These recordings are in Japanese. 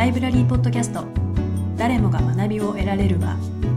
イブラリーポッドキャスト、誰もが学びを得られる場。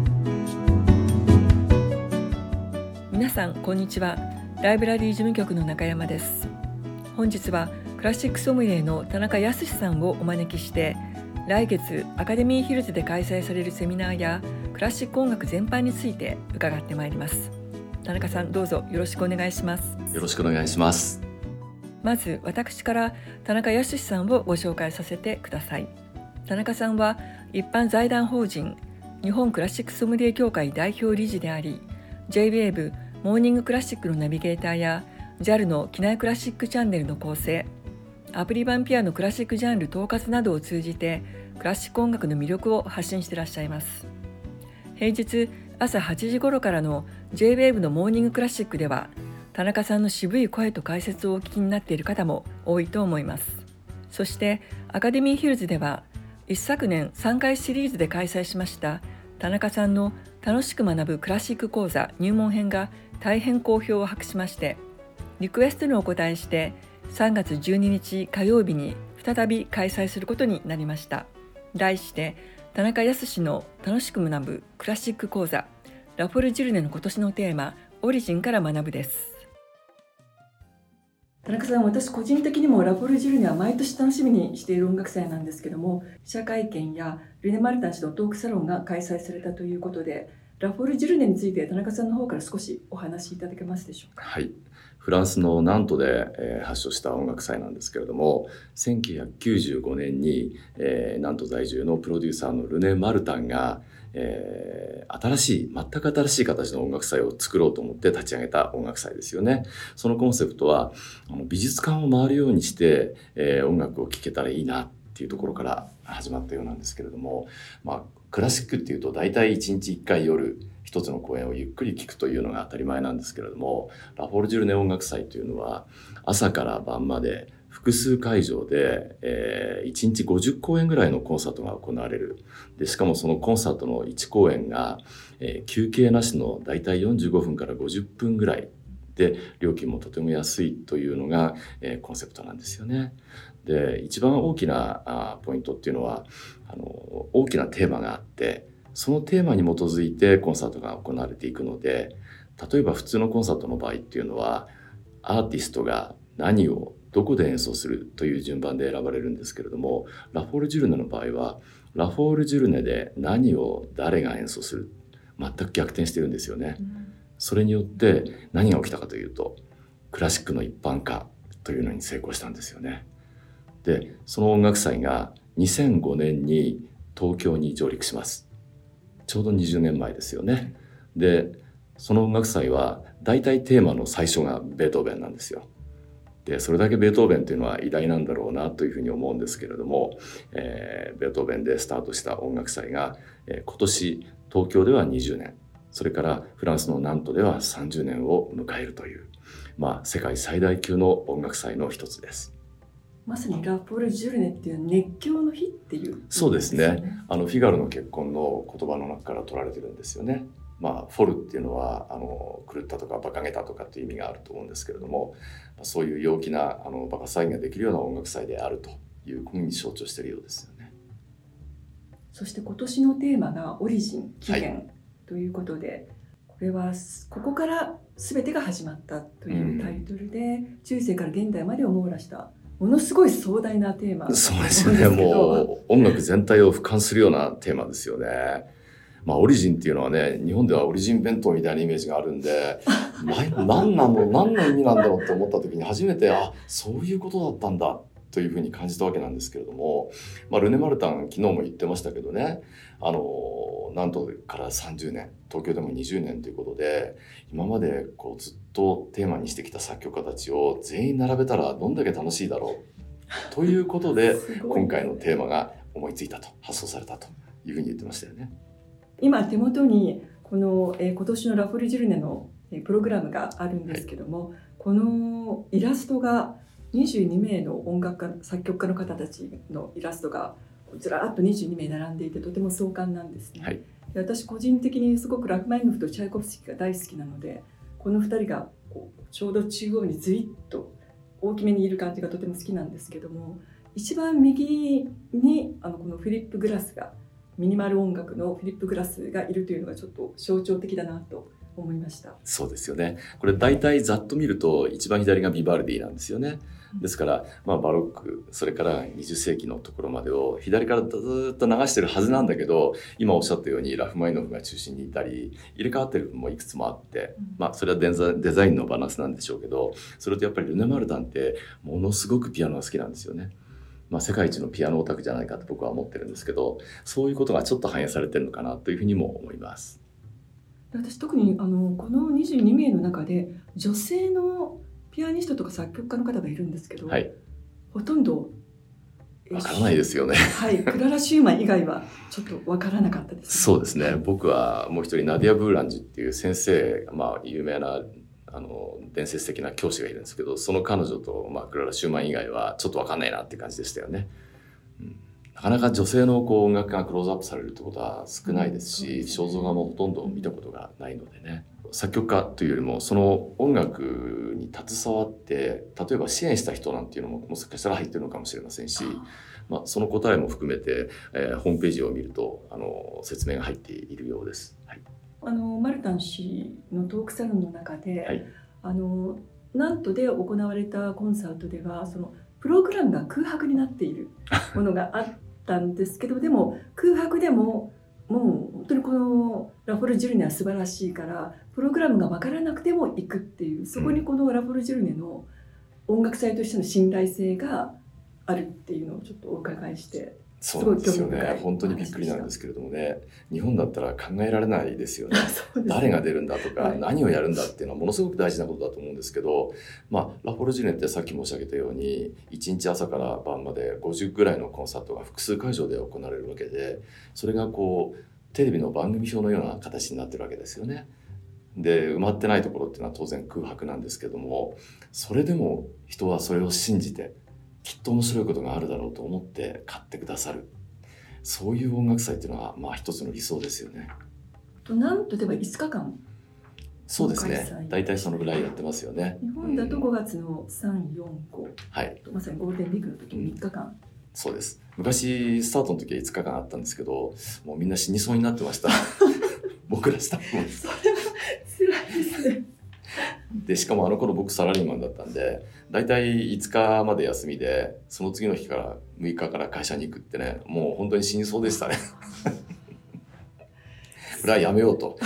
皆さんこんにちは。ライブラリー事務局の中山です。本日はクラシックソムリエの田中康さんをお招きして、来月アカデミーヒルズで開催されるセミナーやクラシック音楽全般について伺ってまいります。田中さん、どうぞよろしくお願いします。 よろしくお願いします。 まず私から田中康さんをご紹介させてください。田中さんは一般財団法人日本クラシックソムリエ協会代表理事であり、 J-WAVE モーニングクラシックのナビゲーターや JAL の機内クラシックチャンネルの構成、アプリ版ピアのクラシックジャンル統括などを通じてクラシック音楽の魅力を発信していらっしゃいます。平日朝8時頃からの J-WAVE のモーニングクラシックでは、田中さんの渋い声と解説をお聞きになっている方も多いと思います。そしてアカデミーヒルズでは一昨年3回シリーズで開催しました田中さんの楽しく学ぶクラシック講座入門編が大変好評を博しまして、リクエストにお答えして3月12日火曜日に再び開催することになりました。題して田中康の楽しく学ぶクラシック講座ラフォルジュルネの今年のテーマ、オリジンから学ぶです。田中さん、私個人的にもラフォルジュルネは毎年楽しみにしている音楽祭なんですけども、記者会見やルネ・マルタン氏のトークサロンが開催されたということで、ラフォルジュルネについて田中さんの方から少しお話しいただけますでしょうか。 はい、フランスのナントで、発祥した音楽祭なんですけれども、1995年に、ナント在住のプロデューサーのルネ・マルタンが、全く新しい形の音楽祭を作ろうと思って立ち上げた音楽祭ですよね。そのコンセプトは美術館を回るようにして、音楽を聴けたらいいなっていうところから始まったようなんですけれども、クラシックっていうと大体1日1回夜一つの公演をゆっくり聴くというのが当たり前なんですけれども、ラフォルジュルネ音楽祭というのは朝から晩まで複数会場で、1日50公演ぐらいのコンサートが行われる。で、しかもそのコンサートの1公演が、休憩なしのだいたい45分から50分ぐらいで、料金もとても安いというのが、コンセプトなんですよね。で、一番大きなポイントっていうのは大きなテーマがあって、そのテーマに基づいてコンサートが行われていくので、例えば普通のコンサートの場合っていうのはアーティストが何をどこで演奏するという順番で選ばれるんですけれども、ラフォールジュルネの場合はラフォールジュルネで何を誰が演奏する、全く逆転してるんですよね。それによって何が起きたかというと、クラシックの一般化というのに成功したんですよね。で、その音楽祭が2005年に東京に上陸します。ちょうど20年前ですよね。で、その音楽祭は大体テーマの最初がベートーベンなんですよ。で、それだけベートーベンというのは偉大なんだろうなというふうに思うんですけれども、ベートーベンでスタートした音楽祭が、今年東京では20年、それからフランスのナントでは30年を迎えるという、世界最大級の音楽祭の一つです。 まさにラフォルジュルネっていう熱狂の日っていう、 そうですね。フィガロの結婚の言葉の中から取られてるんですよね。フォルっていうのは狂ったとか馬鹿げたとかっていう意味があると思うんですけれども、そういう陽気なバカ騒ぎができるような音楽祭であるというふうに象徴しているようですよね。 そして今年のテーマがオリジン、起源ということで、これはここから全てが始まったというタイトルで、中世から現代までを網羅したものすごい壮大なテーマ。 そうですよね。もう音楽全体を俯瞰するようなテーマですよね。オリジンっていうのはね、日本ではオリジン弁当みたいなイメージがあるんで、何の意味なんだろうと思った時に初めて、そういうことだったんだというふうに感じたわけなんですけれども、ルネ・マルタン昨日も言ってましたけどね、なんとから30年、東京でも20年ということで、今までずっとテーマにしてきた作曲家たちを全員並べたらどんだけ楽しいだろうということで今回のテーマが思いついたと、発想されたというふうに言ってましたよね。 今手元にこの、今年のラフォルジュルネのプログラムがあるんですけども、このイラストが22名の音楽家、作曲家の方たちのイラストがずらっと22名並んでいて、とても壮観なんですね。で、私個人的にすごくラフマニノフとチャイコフスキーが大好きなので、この2人がちょうど中央にずいっと大きめにいる感じがとても好きなんですけども、 一番右にこのフィリップ・グラスが、ミニマル音楽のフィリップ・グラスがいるというのがちょっと象徴的だなと思いました。 そうですよね。これ大体ざっと見ると一番左がビバルディなんですよね。ですから、バロック、それから20世紀のところまでを左からずっと流してるはずなんだけど、今おっしゃったようにラフマニノフが中心にいたり、入れ替わってる部分もいくつもあって、それはデザインのバランスなんでしょうけど、それとやっぱりルネ・マルタンってものすごくピアノが好きなんですよね。世界一のピアノオタクじゃないかと僕は思ってるんですけど、そういうことがちょっと反映されてるのかなというふうにも思います。 私特にこの22名の中で女性のピアニストとか作曲家の方がいるんですけど、 はい、 ほとんどわからないですよね。 はい、クララ・シューマン以外はちょっとわからなかったです、ね。 そうですね。僕はもう一人ナディア・ブーランジっていう先生、有名な伝説的な教師がいるんですけど、その彼女と、クララ・シューマン以外はちょっとわかんないなっていう感じでしたよね。なかなか女性の音楽がクローズアップされるってことは少ないですし、肖像画もほとんど見たことがないのでね。作曲家というよりもその音楽に携わって例えば支援した人なんていうのももしかしたら入ってるのかもしれませんし、その答えも含めて、ホームページを見ると説明が入っているようです。はい、 マルタン氏のトークサロンの中で、 はい、 ナントで行われたコンサートではそのプログラムが空白になっているものがあったんですけどでも空白でももう本当にこのラフォルジュルネは素晴らしいからプログラムが分からなくても行くっていう、そこにこのラフォルジュルネの音楽祭としての信頼性があるっていうのをちょっとお伺いして、 そうなんですよね。本当にびっくりなんですけれどもね、日本だったら考えられないですよね。誰が出るんだとか、はい、何をやるんだっていうのはものすごく大事なことだと思うんですけど、ラフォルジュネってさっき申し上げたように1日朝から晩まで50ぐらいのコンサートが複数会場で行われるわけで、それがこうテレビの番組表のような形になってるわけですよね。で、埋まってないところっていうのは当然空白なんですけども、それでも人はそれを信じてきっと面白いことがあるだろうと思って買ってくださる、そういう音楽祭っていうのは一つの理想ですよね。 なんとでは5日間。 そうですね。大体そのぐらいやってますよね。 日本だと5月の3、4、5、 はい、 まさにゴールデンウィークの時に3日間。 そうです。昔スタートの時は5日間あったんですけど、もうみんな死にそうになってました。僕らスタッフも。 それは辛いですね。 でしかも頃僕サラリーマンだったんで、だいたい5日まで休みで、その次の日から6日から会社に行くってね、もう本当に死にそうでしたね。これはやめようと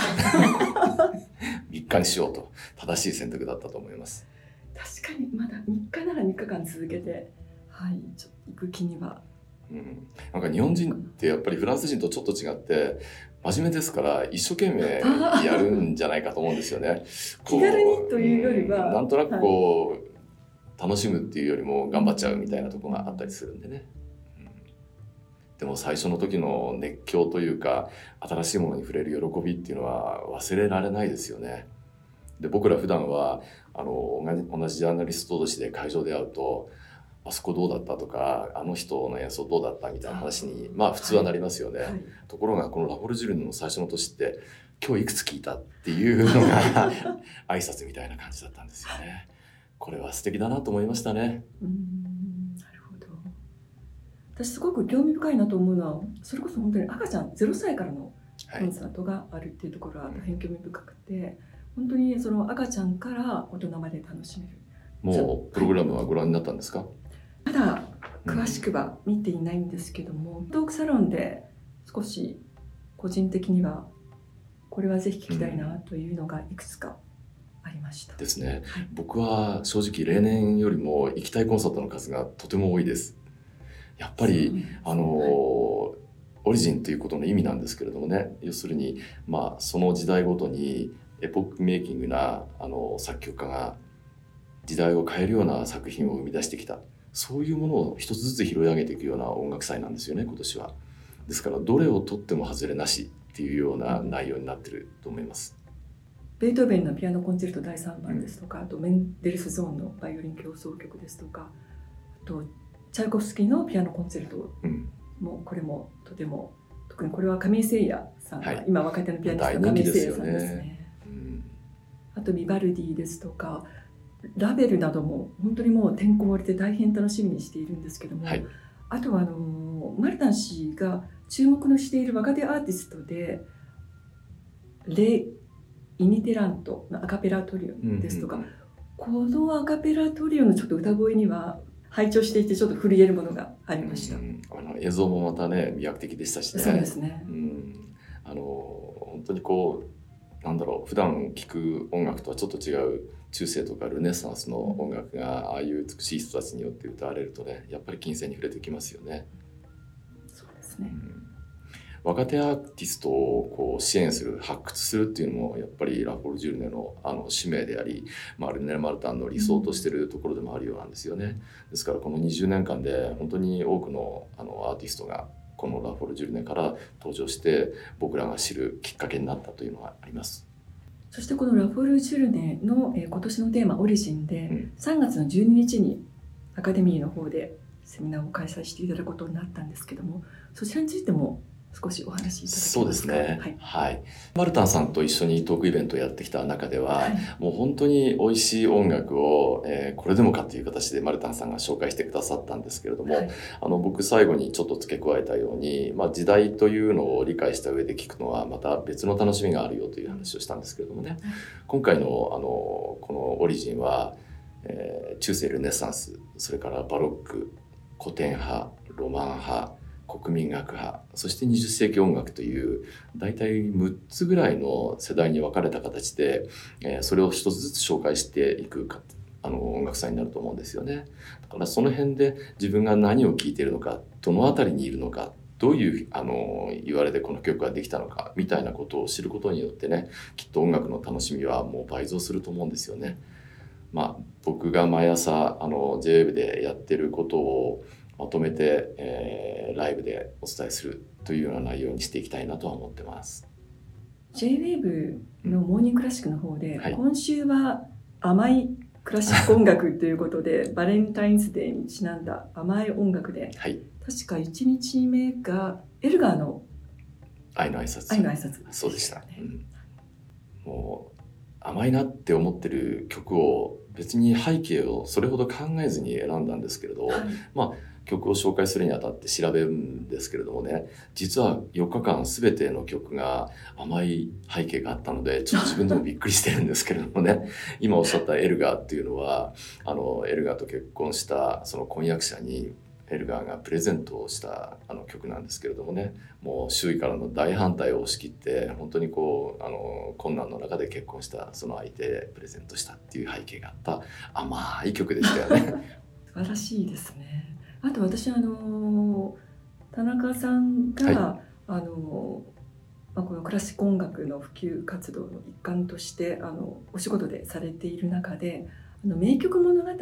3日にしようと、正しい選択だったと思います。 確かにまだ3日なら3日間続けて、はい、ちょっと行く気には。 なんか日本人ってやっぱりフランス人とちょっと違って真面目ですから一生懸命やるんじゃないかと思うんですよね。 気軽にというよりは、 なんとなく楽しむっていうよりも頑張っちゃうみたいなところがあったりするんでね。でも最初の時の熱狂というか新しいものに触れる喜びっていうのは忘れられないですよね。で、僕ら普段は同じジャーナリスト同士で会場で会うと、あそこどうだったとか、あの人の演奏どうだったみたいな話に普通はなりますよね。はい、ところがこのラフォルジュルネの最初の年って今日いくつ聞いたっていうのが挨拶みたいな感じだったんですよね。これは素敵だなと思いましたね。 なるほど。私すごく興味深いなと思うのは、それこそ本当に赤ちゃん0歳からのコンサートがあるっていうところは大変興味深くて、本当にその赤ちゃんから大人まで楽しめる。 もうプログラムはご覧になったんですか？ まだ詳しくは見ていないんですけども、トークサロンで少し個人的にはこれはぜひ聞きたいなというのがいくつかありましたですね。僕は正直例年よりも行きたいコンサートの数がとても多いです。やっぱりオリジンということの意味なんですけれどもね、要するにその時代ごとにエポックメイキングな作曲家が時代を変えるような作品を生み出してきた、そういうものを一つずつ拾い上げていくような音楽祭なんですよね、今年は。ですからどれをとっても外れなしっていうような内容になってると思います。 ベートーベンのピアノコンチェルト第3番ですとか、あとメンデルスゾーンのバイオリン協奏曲ですとか、あとチャイコフスキーのピアノコンチェルトも、これもとても、特にこれはカミー・セイヤさんが、今若手のピアニストのカミー・セイヤさんですね。あとビバルディですとか、 ラベルなども本当にもうてんこ盛りで大変楽しみにしているんですけども、 はい、 あとはマルタン氏が注目のしている若手アーティストでレ・イニテラントのアカペラトリオですとか、このアカペラトリオのちょっと歌声には拝聴していてちょっと震えるものがありました。 映像もまたね魅惑的でしたしね。 そうですね、 本当にこうなんだろう、普段聴く音楽とはちょっと違う中世とかルネサンスの音楽がああいう美しい人たちによって歌われるとね、やっぱり琴線に触れてきますよね。 そうですね、 若手アーティストをこう支援する、発掘するっていうのもやっぱりラフォルジュルネの使命であり、ルネ・マルタンの理想としているところでもあるようなんですよね。ですからこの20年間で本当に多くのアーティストがこのラフォルジュルネから登場して僕らが知るきっかけになったというのがあります。 そしてこのラフォルジュルネの、今年のテーマオリジンで、3月の12日にアカデミーの方でセミナーを開催していただくことになったんですけども、そちらについても少しお話しいただけますか。 そうですね、はい、マルタンさんと一緒にトークイベントをやってきた中では、もう本当に美味しい音楽を、これでもかという形でマルタンさんが紹介してくださったんですけれども、僕最後にちょっと付け加えたように、時代というのを理解した上で聞くのはまた別の楽しみがあるよという話をしたんですけれどもね、今回のこのオリジンは、中世ルネサンス、それからバロック、古典派、ロマン派、国民楽派、そして20世紀音楽という大体6つぐらいの世代に分かれた形で、それを一つずつ紹介していく音楽祭になると思うんですよね。だからその辺で自分が何を聴いているのか、どのあたりにいるのか、どういう言われでこの曲ができたのかみたいなことを知ることによってね、きっと音楽の楽しみはもう倍増すると思うんですよね。僕が毎朝JWEB でやってることをまとめて、ライブでお伝えするというような内容にしていきたいなとは思ってます。 JWEB のモーニングクラシックの方で、今週は甘いクラシック音楽ということでバレンタインズデーにちなんだ甘い音楽で、確か1日目がエルガーの愛の挨拶、 そうでした、もう甘いなって思ってる曲を別に背景をそれほど考えずに選んだんですけれど、曲を紹介するにあたって調べるんですけれどもね、実は4日間全ての曲が甘い背景があったので、ちょっと自分でもびっくりしてるんですけれどもね今おっしゃったエルガーっていうのはエルガーと結婚したその婚約者にエルガーがプレゼントをした曲なんですけれどもね、もう周囲からの大反対を押し切って本当にこう困難の中で結婚したその相手へプレゼントしたっていう背景があった甘い曲でしたよね素晴らしいですね。あと私田中さんが、このクラシック音楽の普及活動の一環としてお仕事でされている中で名曲物語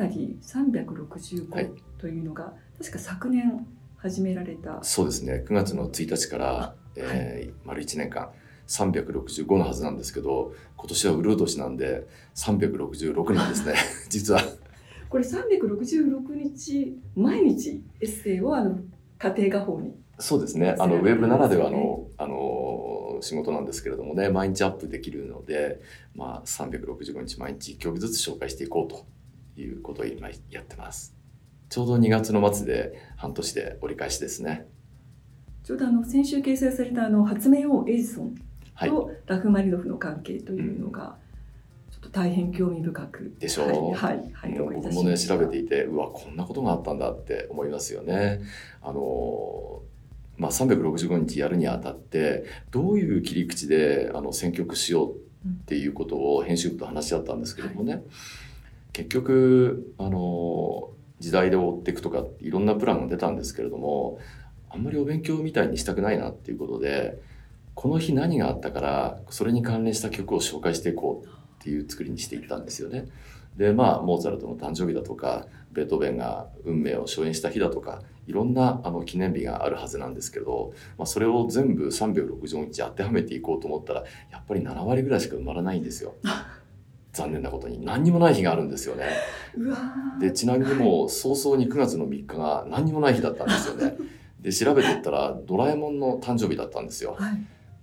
365というのが、確か昨年始められた。 そうですね、9月の1日から、丸1年間365のはずなんですけど、今年はウルー年なんで366なんですね実はこれ366日毎日エッセイを家庭画法に。 そうですね、ウェブならではの仕事なんですけれどもね、毎日アップできるので、365日毎日1曲ずつ紹介していこうということを今やってます。ちょうど2月の末で半年で折り返しですね。 ちょうど先週掲載された発明王エジソンとラフマニノフの関係というのが、ちょっと大変興味深くでしょう。僕もね調べていて、うわこんなことがあったんだって思いますよね。365日やるにあたってどういう切り口で選曲しようっていうことを編集部と話し合ったんですけれどもね、結局時代で追っていくとかいろんなプランが出たんですけれども、あんまりお勉強みたいにしたくないなっていうことで、この日何があったからそれに関連した曲を紹介していこうっていう作りにしていったんですよね。でモーツァルトの誕生日だとか、ベートーベンが運命を承認した日だとか、いろんな記念日があるはずなんですけど、それを全部365日当てはめていこうと思ったらやっぱり7割ぐらいしか埋まらないんですよ残念なことに何にもない日があるんですよね。でちなみにもう早々に9月の3日が何にもない日だったんですよねで調べていったらドラえもんの誕生日だったんですよ。で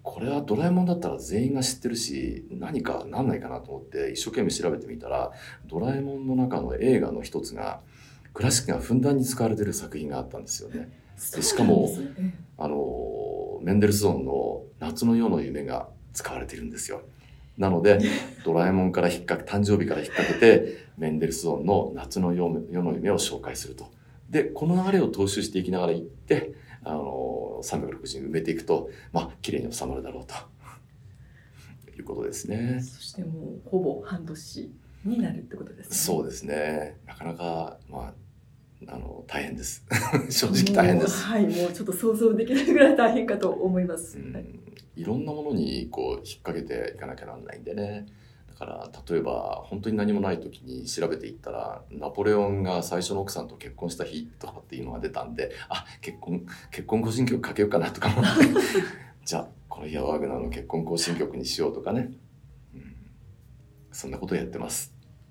これはドラえもんだったら全員が知ってるし何かなんないかなと思って一生懸命調べてみたら、ドラえもんの中の映画の一つがクラシックがふんだんに使われている作品があったんですよね。でしかもメンデルスゾーンの夏の夜の夢が使われているんですよ。なのでドラえもんから誕生日から引っ掛けてメンデルスゾーンの夏の夜の夢を紹介すると。でこの流れを踏襲していきながらいって360に埋めていくと綺麗に収まるだろうということですね。 そしてもうほぼ半年になるってことですね。 そうですね。なかなか大変です正直大変です。 はい、もうちょっと想像できないぐらい大変かと思います。 いろんなものにこう引っ掛けていかなきゃならないんでね。だから例えば本当に何もない時に調べていったらナポレオンが最初の奥さんと結婚した日とかっていうのが出たんで、結婚行進曲かけようかなとか思ってじゃあこの日はワグナーの結婚行進曲にしようとかね、そんなことをやってます。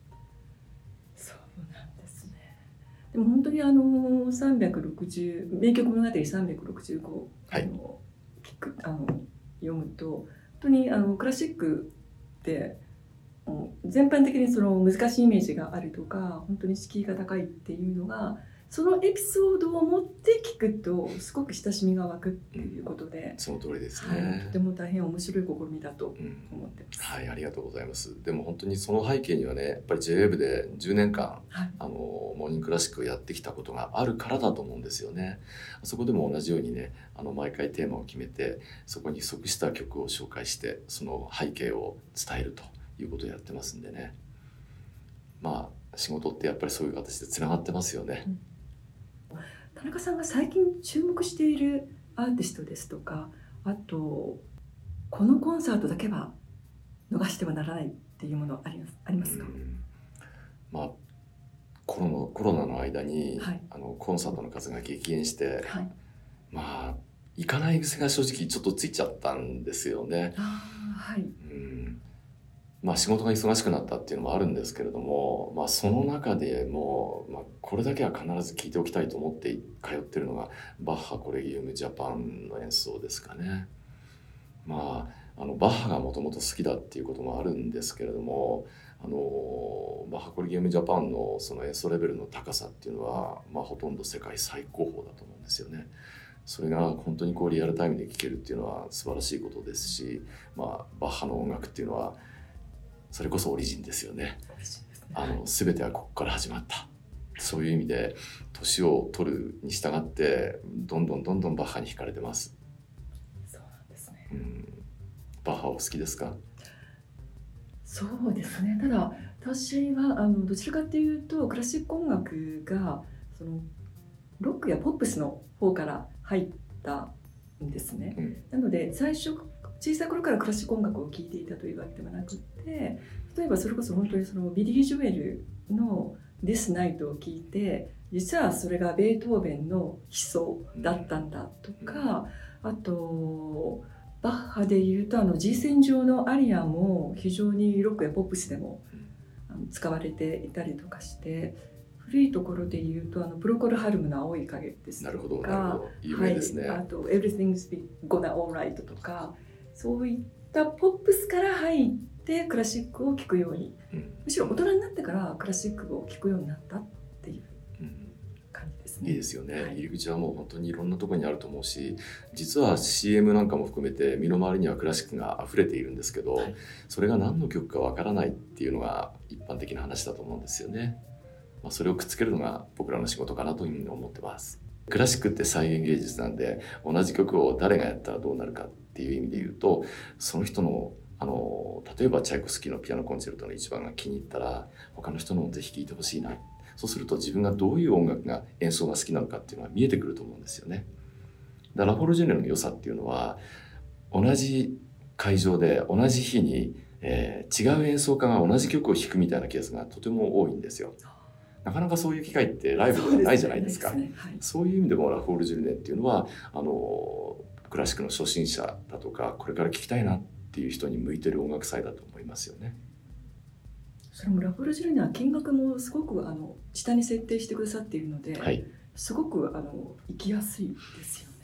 そうなんですね。でも本当に360名曲物語365、 はい、 読むと本当にクラシックって全般的にその難しいイメージがあるとか本当に敷居が高いっていうのがそのエピソードを持って聞くとすごく親しみが湧くっていうことで、 その通りですね、 とても大変面白い試みだと思ってます。 はい、ありがとうございます。でも本当にその背景にはねやっぱり JWEB で10年間、モーニングクラシックをやってきたことがあるからだと思うんですよね。そこでも同じようにね毎回テーマを決めてそこに即した曲を紹介してその背景を伝えるということをやってますんでね。仕事ってやっぱりそういう形でつながってますよね。 田中さんが最近注目しているアーティストですとか、あとこのコンサートだけは逃してはならないっていうものありますか？ コロナの間に、コンサートの数が激減して、行かない癖が正直ちょっとついちゃったんですよね。仕事が忙しくなったっていうのもあるんですけれども、その中でも、これだけは必ず聴いておきたいと思って通ってるのがバッハコレギウムジャパンの演奏ですかね。バッハがもともと好きだっていうこともあるんですけれども、バッハコレギウムジャパンのその演奏レベルの高さっていうのは、ほとんど世界最高峰だと思うんですよね。それが本当にリアルタイムで聴けるっていうのは素晴らしいことですし、バッハの音楽っていうのはそれこそオリジンですよね。全てはここから始まった。そういう意味で年を取るに従ってどんどんバッハに惹かれてます。 そうなんですね。 バッハお好きですか？ そうですね。ただ私はどちらかというとクラシック音楽がそのロックやポップスの方から入ったんですね。なので最初小さい頃からクラシック音楽を聴いていたというわけではなくて、例えばそれこそ本当にそのビリー・ジョエルの「This Night」を聴いて実はそれがベートーベンの悲愴だったんだとか、あとバッハでいうとG線上のアリアも非常にロックやポップスでも使われていたりとかして、古いところでいうとプロコル・ハルムの青い影ですとか、 有名ですね。 あと Everything's Gonna Alright とか、そういったポップスから入ってクラシックを聴くように、むしろ大人になってからクラシックを聴くようになったっていう感じですね。 いいですよね。入り口はもう本当にいろんなところにあると思うし、実は CM なんかも含めて身の回りにはクラシックが溢れているんですけど、それが何の曲かわからないっていうのが一般的な話だと思うんですよね。それをくっつけるのが僕らの仕事かなというふうに思ってます。クラシックって再現芸術なんで、同じ曲を誰がやったらどうなるかっていう意味で言うと、その人の例えばチャイコフスキーのピアノコンチェルトの一番が気に入ったら他の人のもぜひ聴いてほしいな。そうすると自分がどういう音楽が演奏が好きなのかっていうのが見えてくると思うんですよね。だからラフォルジェネの良さっていうのは、同じ会場で同じ日に、違う演奏家が同じ曲を弾くみたいなケースがとても多いんですよ。なかなかそういう機会ってライブではないじゃないですか。そういう意味でもラフォルジェネっていうのはクラシックの初心者だとかこれから聴きたいなっていう人に向いてる音楽祭だと思いますよね。 それもラフォルジェネは金額もすごく下に設定してくださっているので、すごく行きやすいですよね。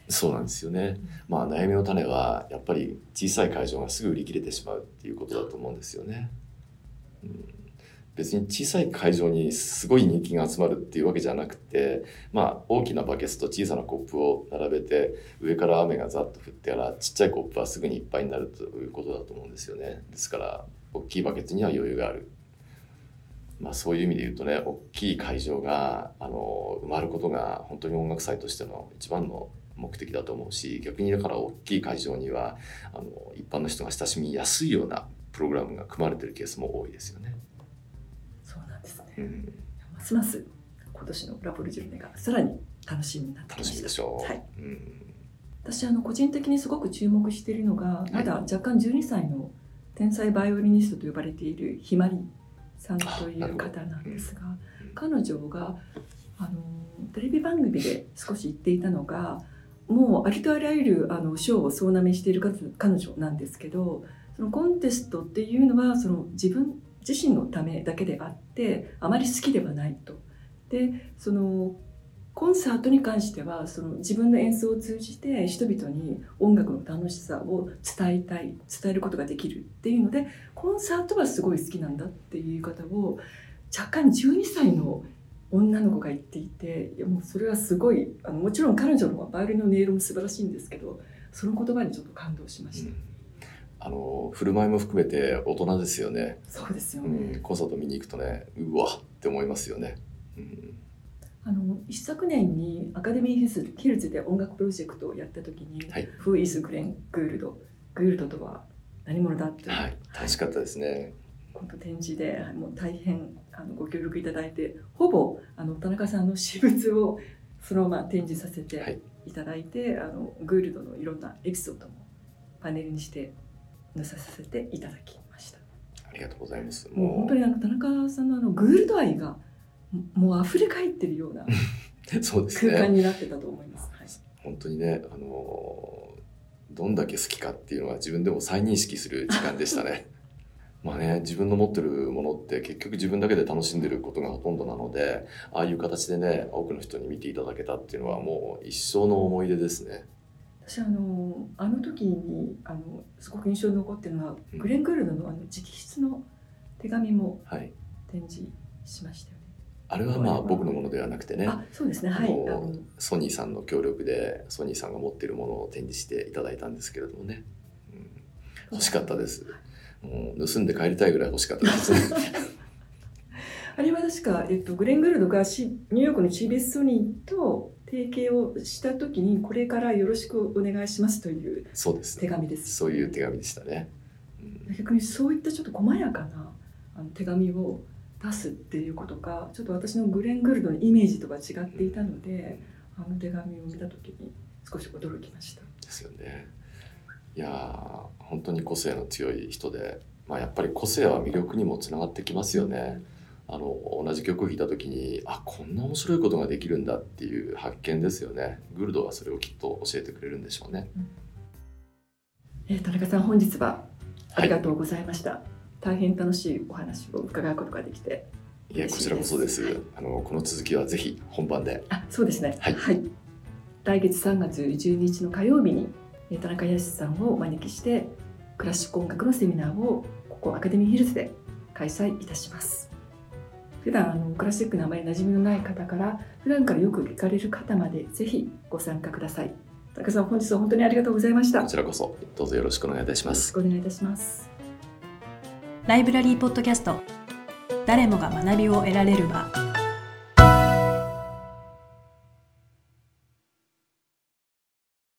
そうなんですよね。悩みの種はやっぱり小さい会場がすぐ売り切れてしまうっていうことだと思うんですよね。別に小さい会場にすごい人気が集まるっていうわけじゃなくて、大きなバケツと小さなコップを並べて上から雨がざっと降ってからちっちゃいコップはすぐにいっぱいになるということだと思うんですよね。ですから大きいバケツには余裕がある。そういう意味で言うとね、大きい会場が埋まることが本当に音楽祭としての一番の目的だと思うし、逆にだから大きい会場には一般の人が親しみやすいようなプログラムが組まれているケースも多いですよね。 そうなんですね、ますます今年のラボルジュネがさらに楽しみになってきました。 楽しみでしょう、 はい。私個人的にすごく注目しているのが、まだ若干12歳の天才バイオリニストと呼ばれているひまりさんという方なんですが、彼女がテレビ番組で少し言っていたのが、もうありとあらゆる賞を総なめしている彼女なんですけど、そのコンテストっていうのはその自分自身のためだけであってあまり好きではないと。でそのコンサートに関してはその自分の演奏を通じて人々に音楽の楽しさを伝えることができるっていうので、コンサートはすごい好きなんだっていう言い方を若干12歳の女の子が言っていて、もうそれはすごいもちろん彼女のバイオリンの音色も素晴らしいんですけど、その言葉にちょっと感動しました。 振る舞いも含めて大人ですよね。 そうですよね、 コンサート見に行くとね、うわって思いますよね。 一昨年にアカデミーヒルズで音楽プロジェクトをやった時に、Who is Glenn Gould？ グールドとは何者だっていう、 楽しかったですね。 今度展示でもう大変ご協力いただいて、ほぼ田中さんの私物をそのまま展示させていただいて、グールドのいろんなエピソードもパネルにして載せさせていただきました。 ありがとうございます。 もう本当に田中さんのグールド愛がもう溢れ返ってるようなそうですね、 空間になってたと思います。 本当にね、どんだけ好きかっていうのは自分でも再認識する時間でしたね。自分の持ってるものって結局自分だけで楽しんでることがほとんどなので、ああいう形でね、多くの人に見ていただけたっていうのはもう一生の思い出ですね。 私あの時にすごく印象に残ってるのは、グレン・グールドの直筆の手紙も展示しましたよね。 あれは僕のものではなくてね、 そうですね、 ソニーさんの協力でソニーさんが持っているものを展示していただいたんですけれどもね、欲しかったです。もう盗んで帰りたいぐらい欲しかったですね。 あれは確か、グレン・グールドがニューヨークの CBS ソニーと提携をした時に、これからよろしくお願いしますという手紙です。 そういう手紙でしたね。 逆にそういったちょっと細やかな手紙を出すっていうことが、ちょっと私のグレン・グールドのイメージとは違っていたので、手紙を見た時に少し驚きました。 ですよね。いや本当に個性の強い人で、やっぱり個性は魅力にもつながってきますよね。同じ曲を弾いた時にこんな面白いことができるんだっていう発見ですよね。グールドはそれをきっと教えてくれるんでしょうね。 田中さん、本日はありがとうございました。大変楽しいお話を伺うことができて嬉しいです。 こちらこそです。この続きはぜひ本番で。 そうですね、来月3月12日の火曜日に田中康さんをお招きしてクラシック音楽のセミナーをここアカデミーヒルズで開催いたします。普段クラシックのあまり馴染みのない方から普段からよく聞かれる方まで、ぜひご参加ください。田中さん、本日は本当にありがとうございました。 こちらこそどうぞよろしくお願いいたします。 よろしくお願いいたします。 ライブラリーポッドキャスト、誰もが学びを得られる場。